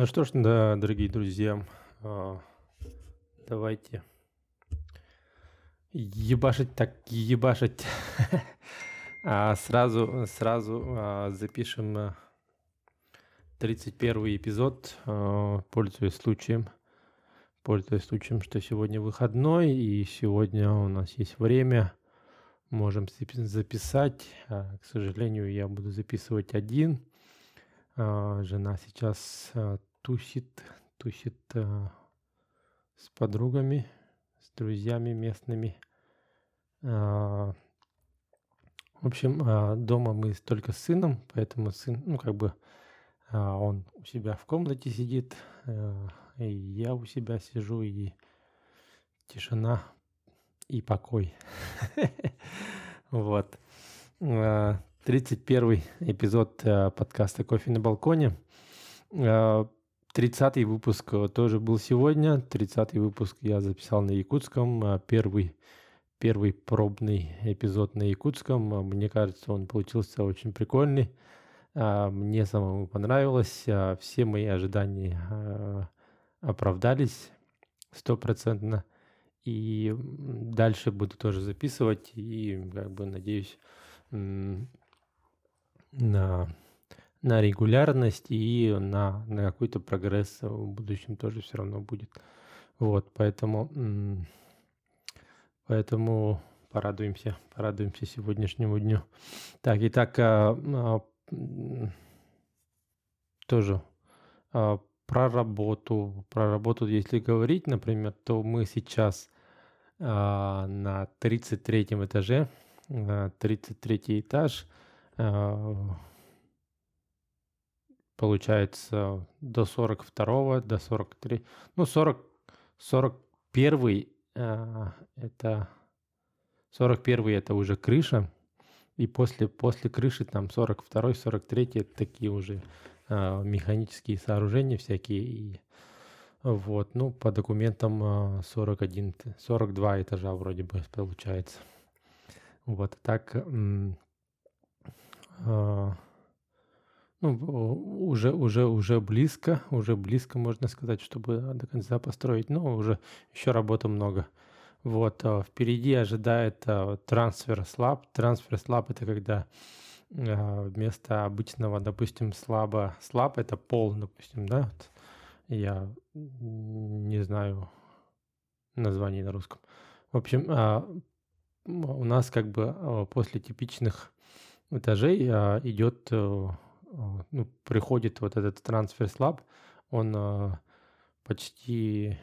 Ну что ж, да, дорогие друзья, а, давайте ебашить так ебашить. Сразу запишем 31 эпизод, пользуясь случаем, что сегодня выходной, и сегодня у нас есть время, можем записать. К сожалению, я буду записывать один. Жена сейчас тусит с подругами, с друзьями местными. В общем, дома мы только с сыном, поэтому сын, он у себя в комнате сидит, и я у себя сижу, и тишина и покой. Вот. 31 эпизод подкаста «Кофе на балконе». 30-й выпуск тоже был сегодня. 30-й выпуск я записал на якутском. Первый пробный эпизод на якутском. Мне кажется, он получился очень прикольный. Мне самому понравилось. Все мои ожидания оправдались 100%. И дальше буду тоже записывать. И надеюсь на регулярность и на какой-то прогресс в будущем тоже все равно будет. Вот, поэтому порадуемся сегодняшнему дню. Так, итак, тоже про работу. Если говорить, например, то мы сейчас на 33-м этаже. 33-й этаж. Получается, до 42-го, до 43, 41-й это 41-й это уже крыша, и после крыши там 42-й, 43-й это такие уже механические сооружения всякие, и вот, по документам 42 этажа вроде бы получается. Вот так. Уже близко, можно сказать, чтобы до конца построить, но уже еще работы много. Вот, впереди ожидает трансфер-слаб. Трансфер-слаб — это когда вместо обычного, допустим, слаб — это пол, допустим, да? Вот, я не знаю названий на русском. В общем, у нас после типичных этажей идет... приходит вот этот трансфер-слаб, он почти...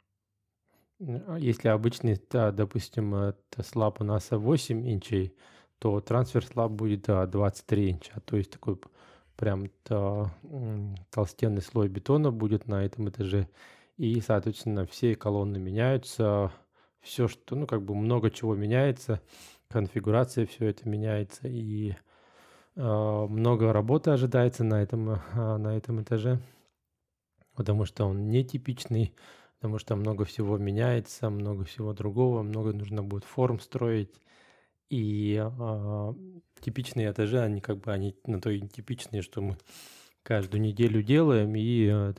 Если обычный, допустим, это слаб у нас 8 инчей, то трансфер-слаб будет 23 инча. То есть такой прям толстенный слой бетона будет на этом этаже. И, соответственно, все колонны меняются, все, что, много чего меняется, конфигурация, все это меняется, и много работы ожидается на этом этаже, потому что он нетипичный, потому что много всего меняется, много всего другого, много нужно будет форм строить. И типичные этажи, они на то и типичные, что мы каждую неделю делаем, и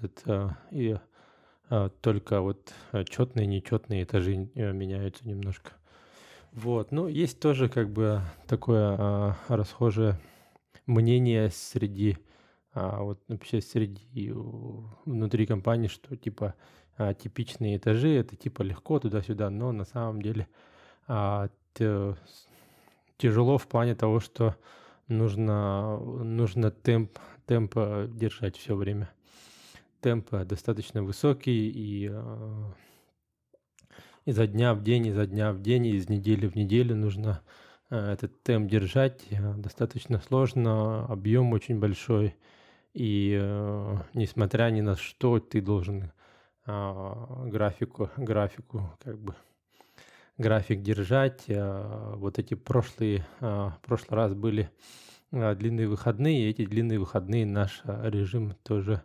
только вот четные, нечетные этажи меняются немножко. Вот, есть тоже такое расхожее мнение внутри компании, что типичные этажи — это легко туда-сюда, но на самом деле тяжело в плане того, что нужно темп держать все время. Темп достаточно высокий, и изо дня в день, из недели в неделю нужно этот темп держать. Достаточно сложно, объем очень большой, и несмотря ни на что, ты должен график держать. Вот эти прошлый раз были длинные выходные, и эти длинные выходные наш режим тоже,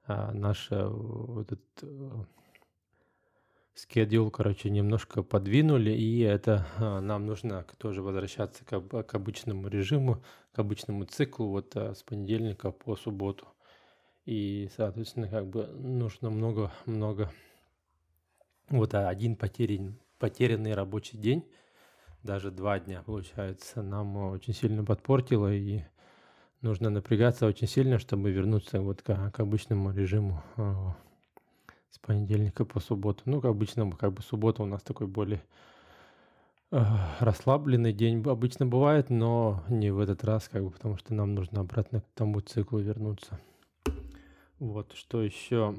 schedule, немножко подвинули, и это нам нужно тоже возвращаться к обычному режиму, к обычному циклу, с понедельника по субботу. И, соответственно, как бы нужно много. Вот один потерянный рабочий день, даже 2 дня, получается, нам очень сильно подпортило, и нужно напрягаться очень сильно, чтобы вернуться вот к обычному режиму с понедельника по субботу. Ну, как обычно, как бы суббота у нас такой более расслабленный день обычно бывает, но не в этот раз, как бы, потому что нам нужно обратно к тому циклу вернуться. Вот, что еще?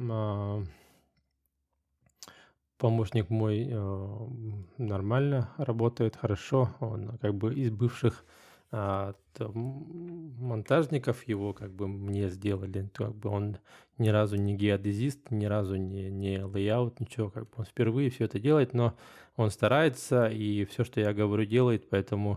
Помощник мой нормально работает, хорошо. Он как бы из бывших монтажников его как бы мне сделали. Как бы он ни разу не геодезист, ни разу не лейаут, ничего. Как бы он впервые все это делает, но он старается и все, что я говорю, делает, поэтому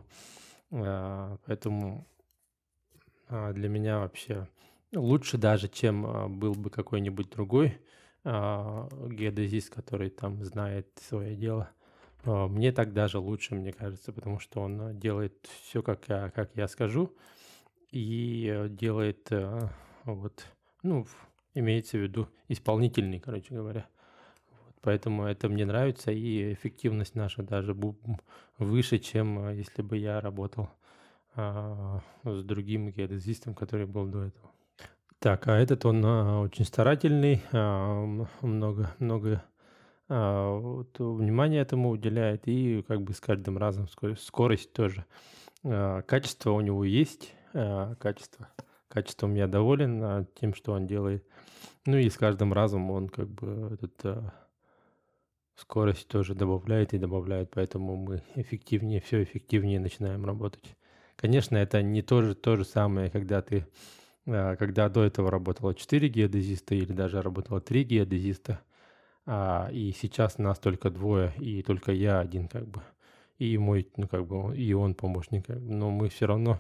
для меня вообще лучше даже, чем был бы какой-нибудь другой геодезист, который там знает свое дело. Мне так даже лучше, мне кажется, потому что он делает все, как я скажу, и делает, вот, ну, имеется в виду исполнительный, короче говоря. Вот, поэтому это мне нравится, и эффективность наша даже выше, чем если бы я работал с другим геодезистом, который был до этого. Так, а этот он очень старательный, много вот внимания этому уделяет, и как бы с каждым разом скорость тоже. Качество у него есть, качеством я доволен тем, что он делает. Ну и с каждым разом он как бы скорость тоже добавляет и добавляет, поэтому мы все эффективнее начинаем работать. Конечно, это не то же самое, когда до этого работало 4 геодезиста или даже работало 3 геодезиста, и сейчас нас только 2, и только я один как бы, и мой, ну как бы, и он помощник, но мы все равно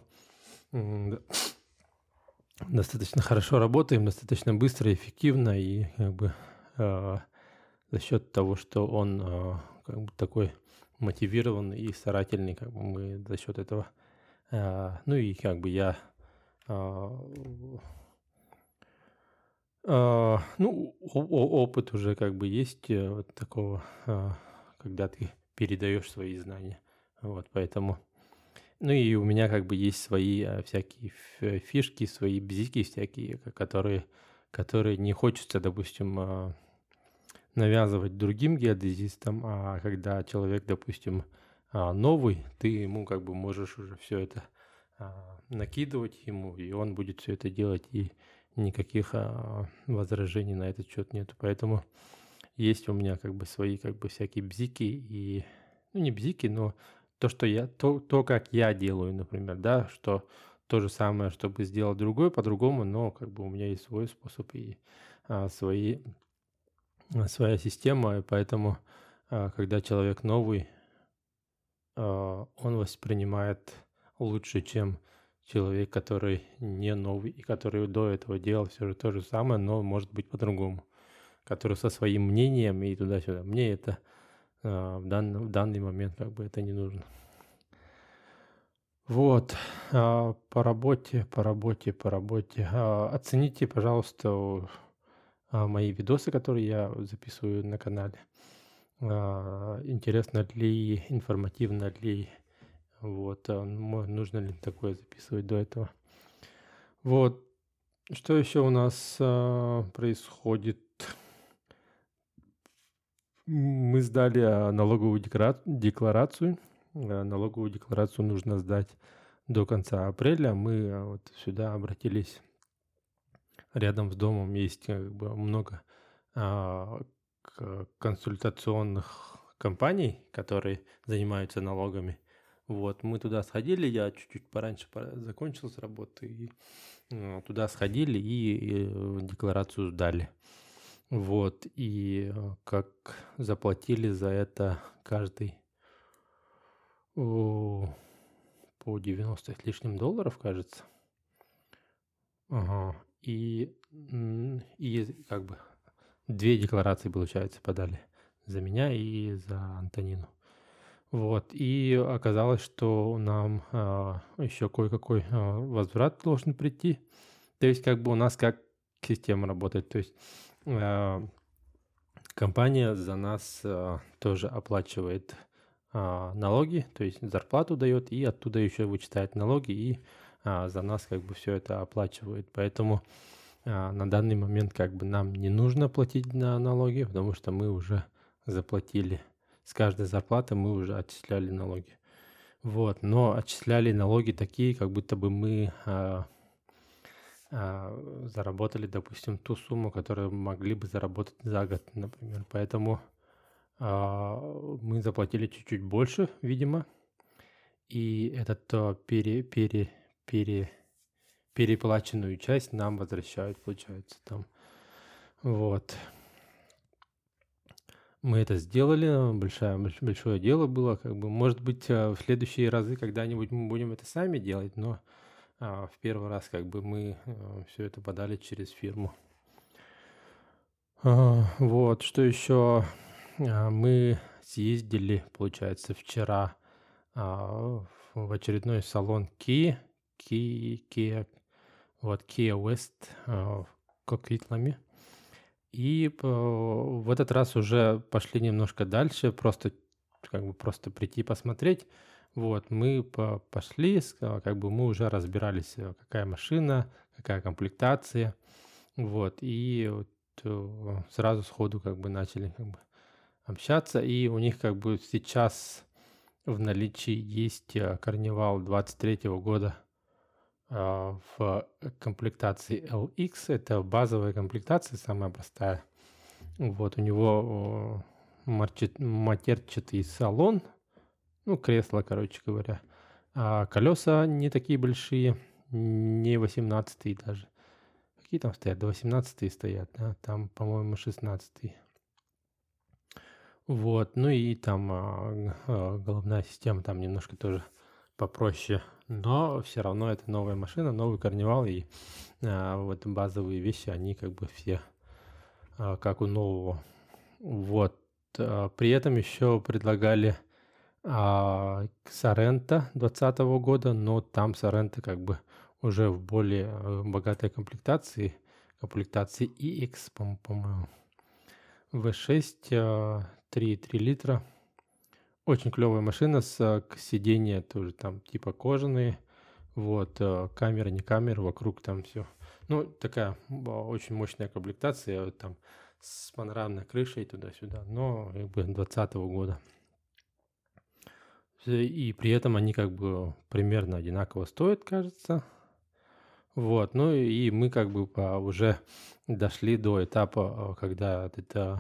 достаточно хорошо работаем, достаточно быстро, эффективно, и как бы за счет того, что он как бы такой мотивированный и старательный, как бы мы за счет этого, ну и как бы я ну, опыт уже как бы есть вот такого, когда ты передаешь свои знания. Вот, поэтому... Ну и у меня как бы есть свои всякие фишки, свои бзики всякие, которые не хочется, допустим, навязывать другим геодезистам, а когда человек, допустим, новый, ты ему как бы можешь уже все это накидывать ему, и он будет все это делать, и никаких возражений на этот счет нету. Поэтому есть у меня как бы свои как бы всякие бзики и... Ну, не бзики, но то, как я делаю, например, да, что то же самое, чтобы сделать другой по-другому, но как бы у меня есть свой способ и своя система, и поэтому, когда человек новый, он воспринимает лучше, чем человек, который не новый и который до этого делал все же то же самое, но может быть по-другому, который со своим мнением и туда-сюда. Мне это в данный момент как бы это не нужно. Вот, по работе. Оцените, пожалуйста, мои видосы, которые я записываю на канале. Интересно ли, информативно ли, вот, нужно ли такое записывать до этого. Вот, что еще у нас происходит? Мы сдали налоговую декларацию. Налоговую декларацию нужно сдать до конца апреля. Мы вот сюда обратились. Рядом с домом есть как бы много консультационных компаний, которые занимаются налогами. Вот, мы туда сходили, я чуть-чуть пораньше закончил с работы, и туда сходили и декларацию сдали. Вот, и как заплатили за это каждый по 90 с лишним долларов, кажется. Ага. И как бы 2 декларации, получается, подали. За меня и за Антонину. Вот. И оказалось, что нам еще кое-какой возврат должен прийти. То есть как бы у нас как система работает. То есть компания за нас тоже оплачивает налоги, то есть зарплату дает, и оттуда еще вычитает налоги, и за нас как бы все это оплачивает. Поэтому на данный момент как бы нам не нужно платить налоги, потому что мы уже заплатили. С каждой зарплаты мы уже отчисляли налоги. Вот, но отчисляли налоги такие, как будто бы мы заработали, допустим, ту сумму, которую могли бы заработать за год, например. Поэтому мы заплатили чуть-чуть больше, видимо, и переплаченную часть нам возвращают, получается, там. Вот. Мы это сделали, большое дело было, как бы, может быть, в следующие разы когда-нибудь мы будем это сами делать, но в первый раз как бы мы все это подали через фирму. Вот, что еще? Мы съездили, получается, вчера в очередной салон Kia West в Кокитламе. И в этот раз уже пошли немножко дальше, просто прийти посмотреть. Вот, мы пошли, как бы мы уже разбирались, какая машина, какая комплектация. Вот, и вот, сразу сходу как бы начали как бы общаться. И у них как бы сейчас в наличии есть Carnival 23 года в комплектации LX. Это базовая комплектация, самая простая. Вот, у него матерчатый салон, ну, кресло, короче говоря. А колеса не такие большие, не 18-е даже. Какие там стоят? До 18-е стоят, да? Там, по-моему, 16-е. Вот, ну и там головная система там немножко тоже попроще. Но все равно это новая машина, новый Карнивал, и вот базовые вещи, они как бы все как у нового. Вот. При этом еще предлагали Соренто 2020 года, но там Соренто как бы уже в более богатой комплектации EX, по-моему. V6, 3,3 литра. Очень клевая машина, сиденья тоже там типа кожаные. Вот, камера, не камера, вокруг там все. Ну, такая очень мощная комплектация, там с панорамной крышей туда-сюда, но как бы 2020 года. И при этом они как бы примерно одинаково стоят, кажется. Вот, ну и мы как бы уже дошли до этапа, когда это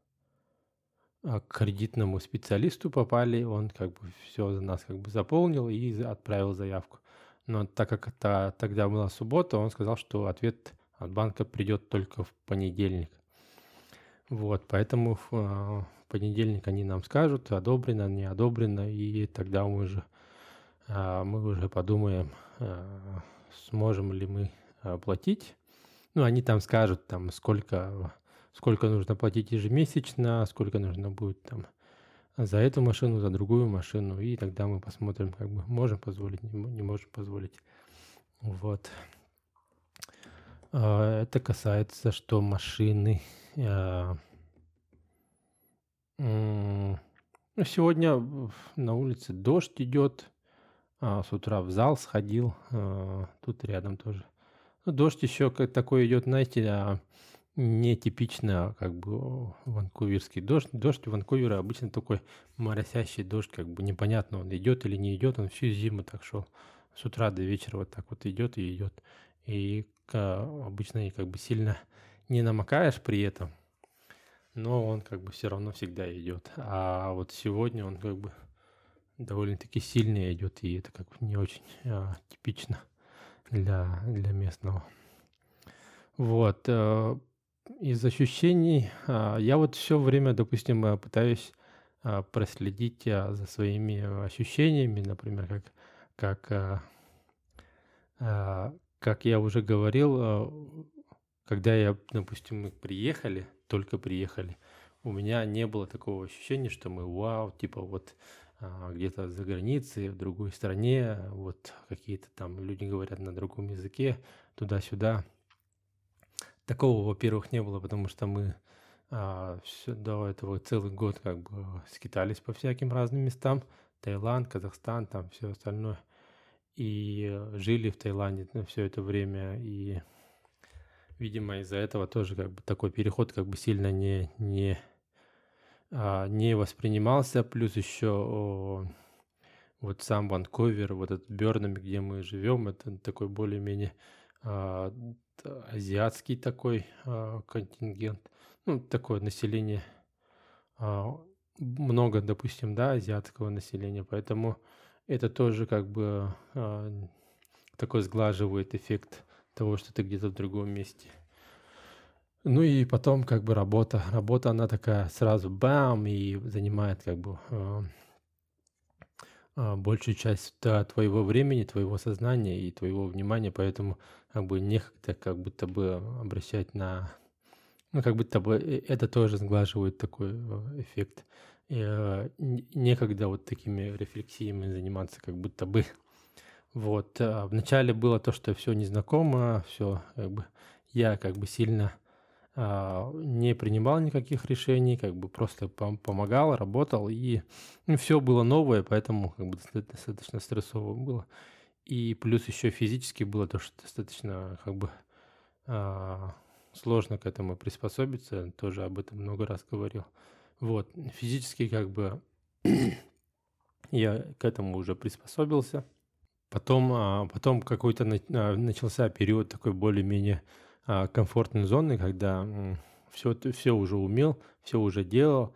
к кредитному специалисту попали, он как бы все за нас как бы заполнил и отправил заявку. Но так как это тогда была суббота, он сказал, что ответ от банка придет только в понедельник. Вот, поэтому в понедельник они нам скажут, одобрено, не одобрено, и тогда мы уже подумаем, сможем ли мы платить. Ну, они там скажут, там, сколько нужно платить ежемесячно, сколько нужно будет там за эту машину, за другую машину, и тогда мы посмотрим, как бы можем позволить, не можем позволить. Вот. Это касается, что машины. Сегодня на улице дождь идет. С утра в зал сходил. Тут рядом тоже. Ну, дождь еще как такой идет, знаете, нетипично, как бы ванкуверский дождь. Дождь в Ванкувере обычно такой моросящий дождь, как бы непонятно, он идет или не идет. Он всю зиму так шел. С утра до вечера вот так вот идет и идет. И обычно как бы сильно не намокаешь при этом, но он как бы все равно всегда идет. А вот сегодня он как бы довольно-таки сильно идет, и это как бы не очень типично для местного. Вот. Из ощущений я вот все время, допустим, пытаюсь проследить за своими ощущениями, например, как я уже говорил, когда допустим, мы только приехали, у меня не было такого ощущения, что мы вау, типа вот где-то за границей, в другой стране, вот какие-то там люди говорят на другом языке, туда-сюда. Такого, во-первых, не было, потому что мы до этого целый год как бы скитались по всяким разным местам. Таиланд, Казахстан, там все остальное. И жили в Таиланде все это время. И, видимо, из-за этого тоже как бы такой переход как бы сильно не воспринимался. Плюс еще вот сам Ванкувер, вот этот Бёрнами, где мы живем, это такой более-менее а, азиатский такой контингент. Ну, такое население, а, много, допустим, да, азиатского населения, поэтому это тоже как бы такой сглаживает эффект того, что ты где-то в другом месте. Ну и потом как бы работа. Работа, она такая сразу бам и занимает как бы большую часть твоего времени, твоего сознания и твоего внимания, поэтому как бы некогда как будто бы обращать ну, как будто бы это тоже сглаживает такой эффект. И, некогда вот такими рефлексиями заниматься, как будто бы. Вот. Вначале было то, что все незнакомо, все как бы я как бы сильно не принимал никаких решений, как бы просто помогал, работал, и все было новое, поэтому как бы достаточно стрессово было. И плюс еще физически было то, что достаточно как бы а, сложно к этому приспособиться, тоже об этом много раз говорил. Вот, физически как бы я к этому уже приспособился. Потом какой-то начался период такой более-менее комфортной зоны, когда все уже умел, все уже делал,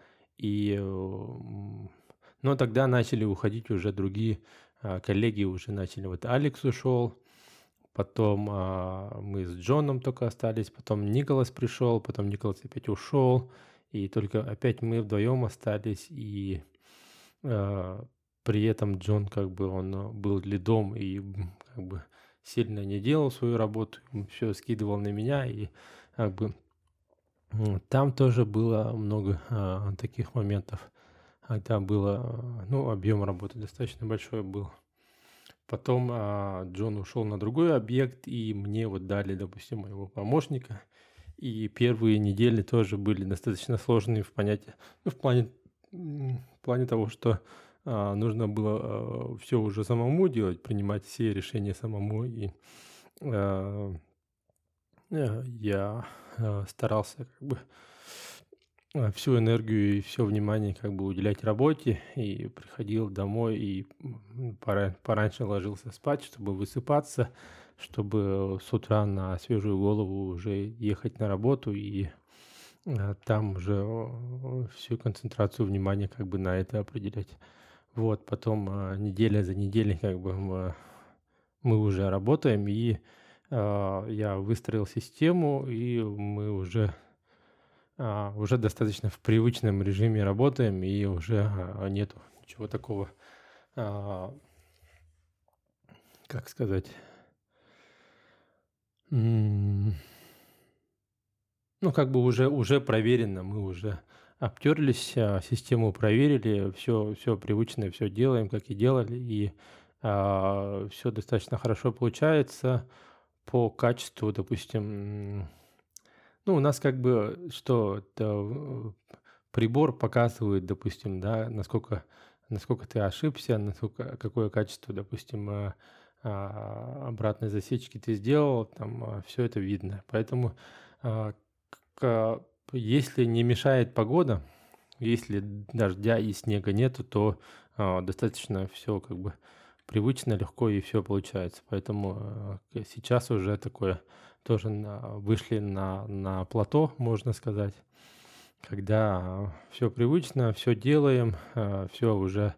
но тогда начали уходить уже другие коллеги, уже начали. Вот Алекс ушел, потом мы с Джоном только остались, потом Николас пришел, потом Николас опять ушел, и только опять мы вдвоем остались, и при этом Джон как бы он был лидом и как бы сильно не делал свою работу, все скидывал на меня, и как бы там тоже было много таких моментов, когда было, ну, объем работы достаточно большой был. Потом Джон ушел на другой объект, и мне вот дали, допустим, моего помощника. И первые недели тоже были достаточно сложные в понятии, ну, в плане того, что нужно было все уже самому делать, принимать все решения самому. И я старался как бы всю энергию и все внимание как бы уделять работе, и приходил домой и пораньше ложился спать, чтобы высыпаться, чтобы с утра на свежую голову уже ехать на работу и там уже всю концентрацию внимания как бы на это определять. Вот, потом неделя за неделей как бы мы уже работаем, и я выстроил систему, и мы уже достаточно в привычном режиме работаем, и уже нету ничего такого, как сказать, ну, как бы уже проверено, мы уже обтерлись, систему проверили, все привычное, все делаем, как и делали, и все достаточно хорошо получается по качеству, допустим. Ну, у нас как бы что, прибор показывает, допустим, да, насколько ты ошибся, какое качество, допустим, обратной засечки ты сделал, там все это видно. Поэтому если не мешает погода, если дождя и снега нету, то достаточно все как бы привычно, легко и все получается. Поэтому сейчас уже такое тоже вышли на плато, можно сказать, когда все привычно, все делаем, все уже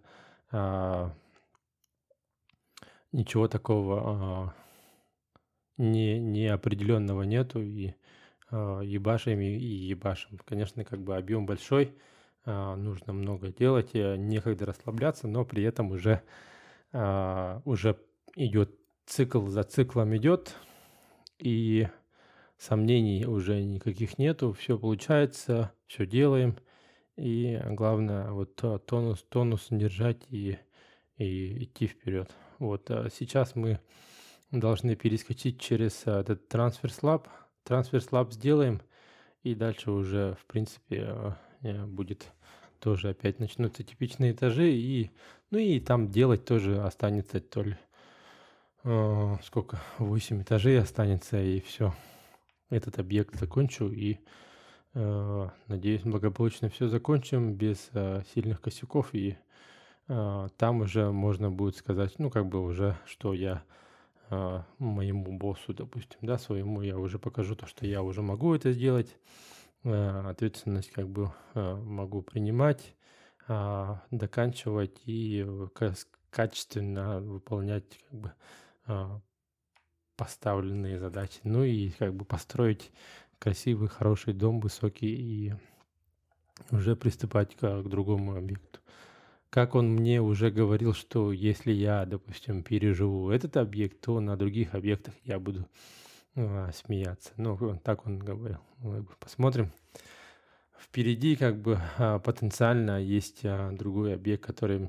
ничего такого неопределенного нету, и ебашим и ебашим. Конечно, как бы объем большой, нужно много делать, некогда расслабляться, но при этом уже идет цикл за циклом идет, и сомнений уже никаких нету, все получается, все делаем, и главное вот тонус держать и идти вперед. Вот сейчас мы должны перескочить через этот TransferSlab. трансфер слаб сделаем, и дальше уже, в принципе, будет тоже опять начнутся типичные этажи, ну и там делать тоже останется то ли сколько, 8 этажей останется, и все. Этот объект закончу, и надеюсь, благополучно все закончим без сильных косяков, и там уже можно будет сказать, ну, как бы уже, что я моему боссу, допустим, да, своему, я уже покажу то, что я уже могу это сделать, ответственность как бы могу принимать, доканчивать и качественно выполнять как бы поставленные задачи. Ну и как бы построить красивый, хороший дом, высокий, и уже приступать к другому объекту. Как он мне уже говорил, что если я, допустим, переживу этот объект, то на других объектах я буду смеяться. Ну, так он говорил. Посмотрим. Впереди как бы потенциально есть другой объект, который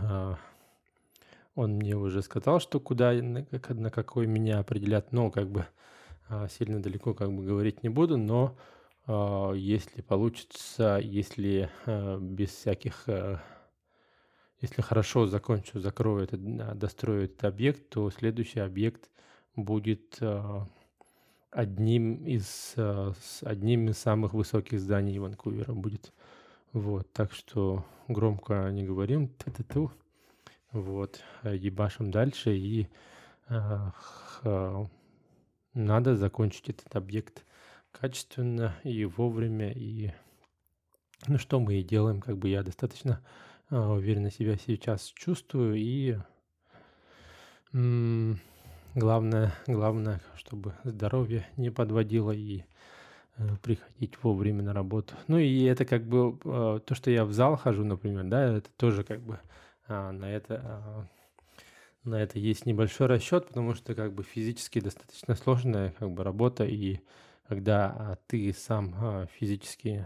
он мне уже сказал, что куда, на какой меня определят, но как бы сильно далеко как бы говорить не буду, но если получится, если без всяких, если хорошо закончу, закрою этот, дострою этот объект, то следующий объект будет одним из самых высоких зданий Ванкувера будет. Вот, так что громко не говорим, ту-ту-ту. Вот, ебашим дальше, и надо закончить этот объект качественно и вовремя, и ну, что мы и делаем, как бы я достаточно уверенно себя сейчас чувствую, и главное, чтобы здоровье не подводило, и приходить вовремя на работу. Ну и это как бы то, что я в зал хожу, например, да, это тоже как бы на это есть небольшой расчет, потому что как бы физически достаточно сложная как бы работа, и когда ты сам физически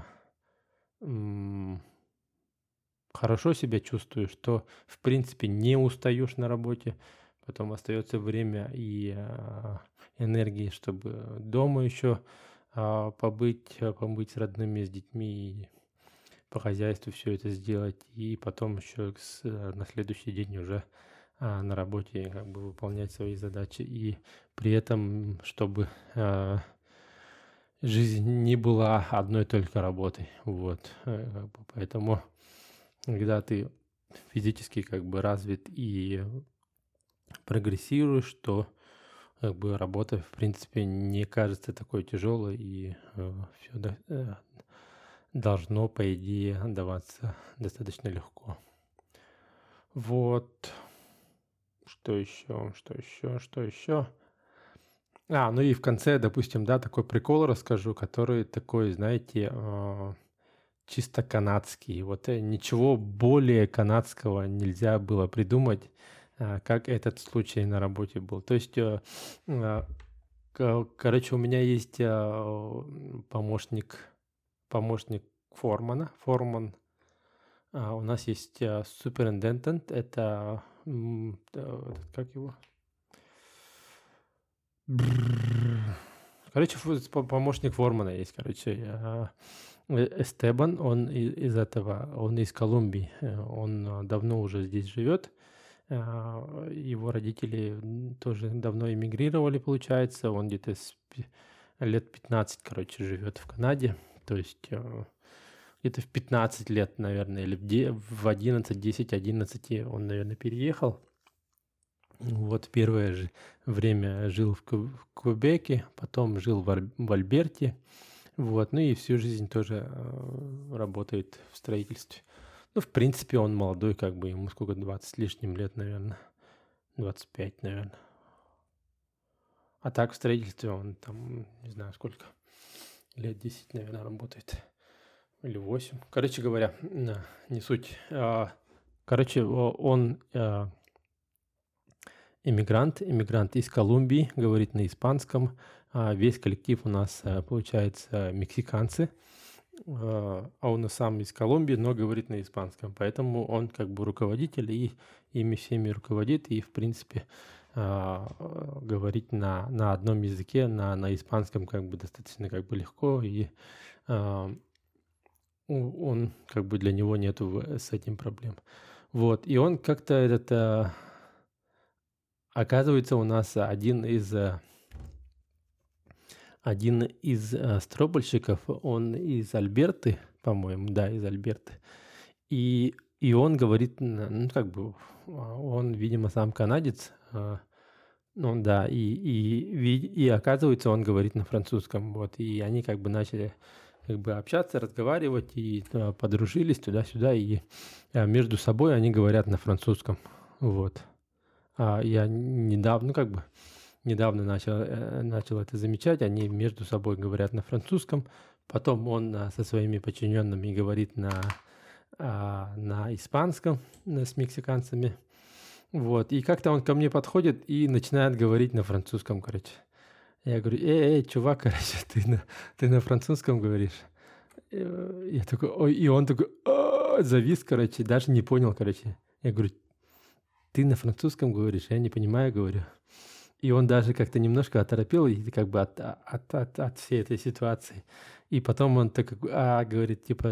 хорошо себя чувствуешь, то в принципе не устаешь на работе, потом остается время и энергии, чтобы дома еще побыть с родными, с детьми, и по хозяйству все это сделать, и потом еще на следующий день уже на работе как бы выполнять свои задачи, и при этом, чтобы жизнь не была одной только работой. Вот. Как бы поэтому, когда ты физически как бы развит и прогрессируешь, то как бы работа, в принципе, не кажется такой тяжелой, и все должно, по идее, даваться достаточно легко. Вот. Что еще? Ну и в конце, допустим, да, такой прикол расскажу, который такой, знаете, чисто канадский. Вот ничего более канадского нельзя было придумать, как этот случай на работе был. То есть, короче, у меня есть помощник формана. Форман. У нас есть суперинтендент. Это как его? Короче, помощник формана есть, короче. Эстебан, он он из Колумбии. Он давно уже здесь живет. Его родители тоже давно эмигрировали, получается. Он где-то лет 15, короче, живет в Канаде. То есть где-то в 15 лет, наверное, или в 11, 10, 11 он, наверное, переехал. Вот первое же время жил в Квебеке, потом жил в Альберте. Вот, ну и всю жизнь тоже работает в строительстве. Ну, в принципе, он молодой, как бы ему сколько, 20 с лишним лет, наверное. 25, наверное. А так в строительстве он там, не знаю сколько, лет 10, наверное, работает. Или 8. Короче говоря, не суть. Короче, он иммигрант из Колумбии, говорит на испанском. Весь коллектив у нас, получается, мексиканцы. Он сам из Колумбии, но говорит на испанском. Поэтому он как бы руководитель и ими всеми руководит. И, в принципе, говорить на одном языке, на испанском как бы достаточно как бы легко, и а, он как бы для него нету с этим проблем. Вот, и он как-то оказывается, у нас один из стропольщиков, он из Альберты, по-моему, да, из Альберты. И он говорит, ну, как бы, он, видимо, сам канадец, ну да, и оказывается, он говорит на французском, вот, и они как бы начали как бы общаться, разговаривать, и подружились туда-сюда, и между собой они говорят на французском, вот. Я недавно, ну, как бы, недавно начал это замечать, они между собой говорят на французском, потом он со своими подчиненными говорит на испанском с мексиканцами, вот, и как-то он ко мне подходит и начинает говорить на французском, короче. Я говорю, чувак, короче, ты на французском говоришь? Я такой, ой, и он такой, завис, короче, даже не понял, короче. Я говорю, ты на французском говоришь? Я не понимаю, говорю. И он даже как-то немножко оторопел и как бы от всей этой ситуации. И потом он так говорит, типа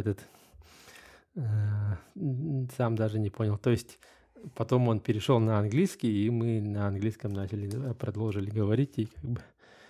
сам даже не понял. То есть потом он перешел на английский, и мы на английском продолжили говорить, и как бы...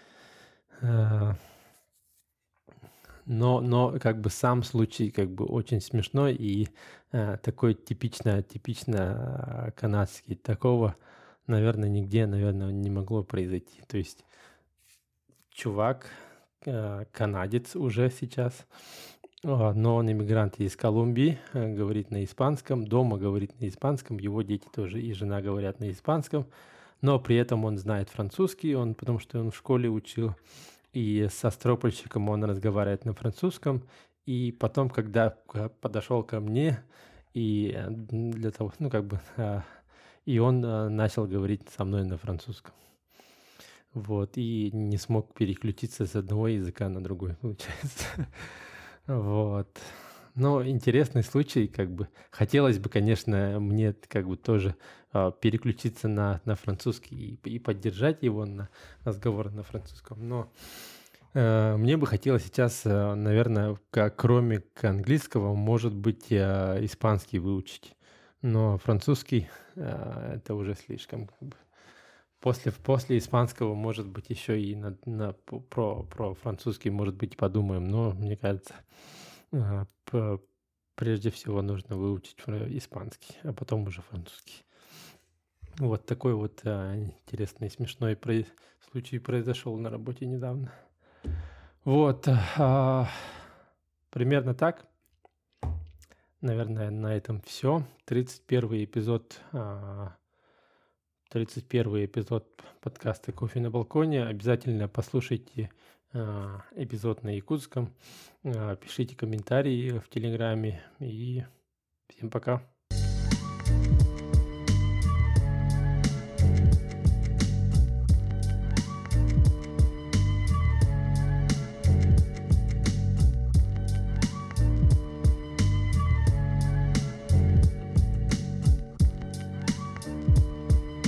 Но как бы сам случай как бы очень смешной и такой типично канадский. Такого, наверное, нигде, наверное, не могло произойти. То есть чувак, канадец уже сейчас, но он иммигрант из Колумбии, говорит на испанском, дома говорит на испанском, его дети тоже и жена говорят на испанском, но при этом он знает французский, потому что он в школе учил, и со стропольщиком он разговаривает на французском, и потом, когда подошел ко мне, и для того, ну как бы, и он начал говорить со мной на французском. Вот, и не смог переключиться с одного языка на другой, получается. Вот. Но интересный случай, как бы. Хотелось бы, конечно, мне как бы тоже переключиться на французский и поддержать его на разговор на французском. Но мне бы хотелось сейчас, наверное, кроме английского, может быть, испанский выучить. Но французский это уже слишком, как бы. После испанского, может быть, еще и про французский, может быть, подумаем. Но мне кажется, прежде всего нужно выучить испанский, а потом уже французский. Вот такой вот интересный, смешной случай произошел на работе недавно. Вот, примерно так. Наверное, на этом все. 31 эпизод подкаста «Кофе на балконе». Обязательно послушайте эпизод на якутском. Пишите комментарии в Телеграме. И всем пока.